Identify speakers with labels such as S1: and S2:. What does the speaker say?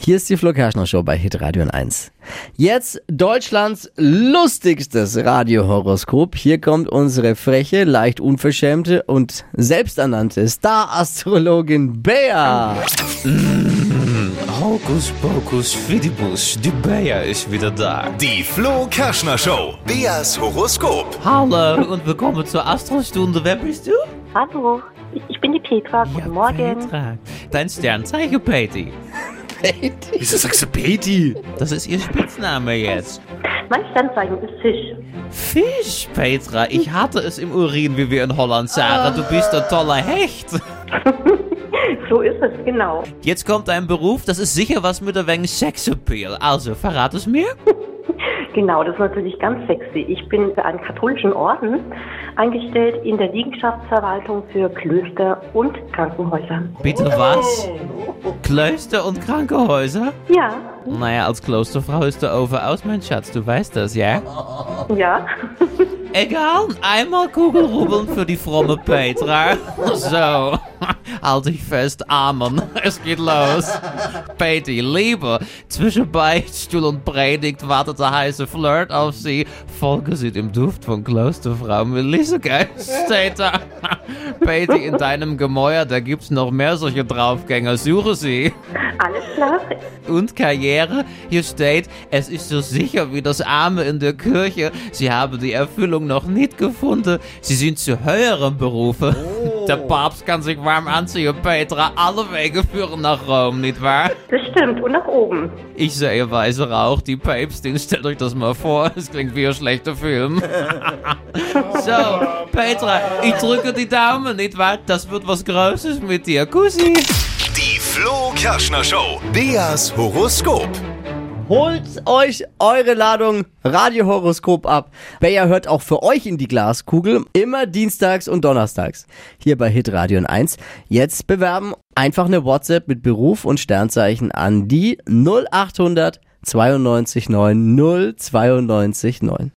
S1: Hier ist die Flo Kerschner Show bei Hitradio 1. Jetzt Deutschlands lustigstes Radiohoroskop. Hier kommt unsere freche, leicht unverschämte und selbsternannte Star-Astrologin Bea.
S2: Hokus Pokus Fidibus, die Bea ist wieder da.
S3: Die Flo Kerschner Show. Beas Horoskop.
S2: Hallo und willkommen zur Astrostunde. Wer bist du?
S4: Hallo, ich bin die Petra. Guten Morgen.
S2: Petra. Dein Sternzeichen, Peti.
S1: Wieso sagst du Peti?
S2: Das ist ihr Spitzname jetzt.
S4: Mein Sternzeichen ist Fisch.
S2: Fisch, Petra. Ich hatte es im Urin, wie wir in Holland sagen. Du bist ein toller Hecht.
S4: So ist es, genau.
S2: Jetzt kommt ein Beruf, das ist sicher was mit ein wenig Sexappeal. Also, verrat es mir.
S4: Genau, das ist natürlich ganz sexy. Ich bin für einen katholischen Orden eingestellt in der Liegenschaftsverwaltung für Klöster und Krankenhäuser.
S2: Bitte was? Klöster und Krankenhäuser?
S4: Ja,
S2: Naja, als Klosterfrau ist der Ofen aus, mein Schatz. Du weißt das, ja?
S4: ja.
S2: Egal, einmal Kugelrubbeln für die fromme Petra. So, halt dich fest, Amen. Es geht los. Peti, Liebe, zwischen Beichtstuhl und Predigt wartet der heiße Flirt auf sie. Folge sie dem Duft von Klosterfrau Melissa steht da. Peti, in deinem Gemäuer, da gibt's noch mehr solche Draufgänger. Suche sie.
S4: Alles klar.
S2: Und Karriere, hier steht, es ist so sicher wie das Arme in der Kirche. Sie haben die Erfüllung noch nicht gefunden. Sie sind zu höheren Berufen. Der Papst kann sich warm anziehen, Petra. Alle Wege führen nach Rom, nicht wahr?
S4: Das stimmt. Und nach oben.
S2: Ich sehe weiße Rauch, die Päpstin. Stellt euch das mal vor. Es klingt wie ein schlechter Film. So, Petra, ich drücke die Daumen, nicht wahr? Das wird was Großes mit dir. Kussi.
S3: Die Flo Kerschner Show. Beas Horoskop.
S1: Holt euch eure Ladung Radiohoroskop ab. Bea hört auch für euch in die Glaskugel, immer dienstags und donnerstags. Hier bei Hitradio 1. Jetzt bewerben, einfach eine WhatsApp mit Beruf und Sternzeichen an die 0800 92 9 092 9.